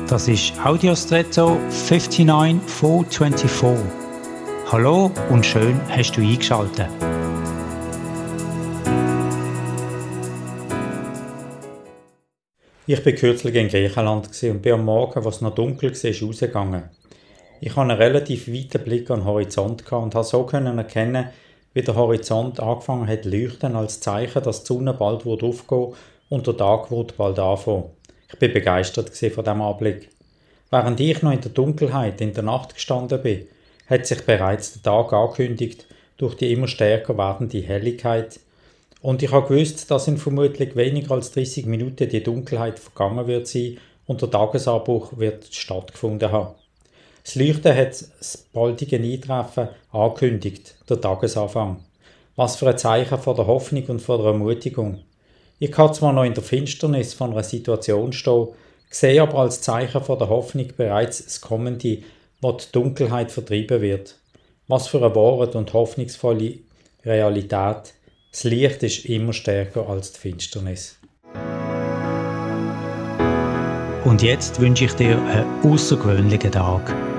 Das ist Audiostretto 59424. Hallo und schön hast du eingeschaltet. Ich war kürzlich in Griechenland und bin am Morgen, als es noch dunkel war, rausgegangen. Ich hatte einen relativ weiten Blick an den Horizont und konnte so erkennen, wie der Horizont angefangen hat zu leuchten, als Zeichen, dass die Sonne bald aufgehen und der Tag bald anfangen. Ich war begeistert von diesem Anblick. Während ich noch in der Dunkelheit in der Nacht gestanden bin, hat sich bereits der Tag angekündigt durch die immer stärker werdende Helligkeit. Und ich habe gewusst, dass in vermutlich weniger als 30 Minuten die Dunkelheit vergangen wird sein und der Tagesanbruch wird stattgefunden haben. Das Leuchten hat das baldige Eintreffen angekündigt, der Tagesanfang. Was für ein Zeichen von der Hoffnung und von der Ermutigung. Ich kann zwar noch in der Finsternis von einer Situation stehen, sehe aber als Zeichen von der Hoffnung bereits das Kommende, wo die Dunkelheit vertrieben wird. Was für eine wahre und hoffnungsvolle Realität. Das Licht ist immer stärker als die Finsternis. Und jetzt wünsche ich dir einen außergewöhnlichen Tag.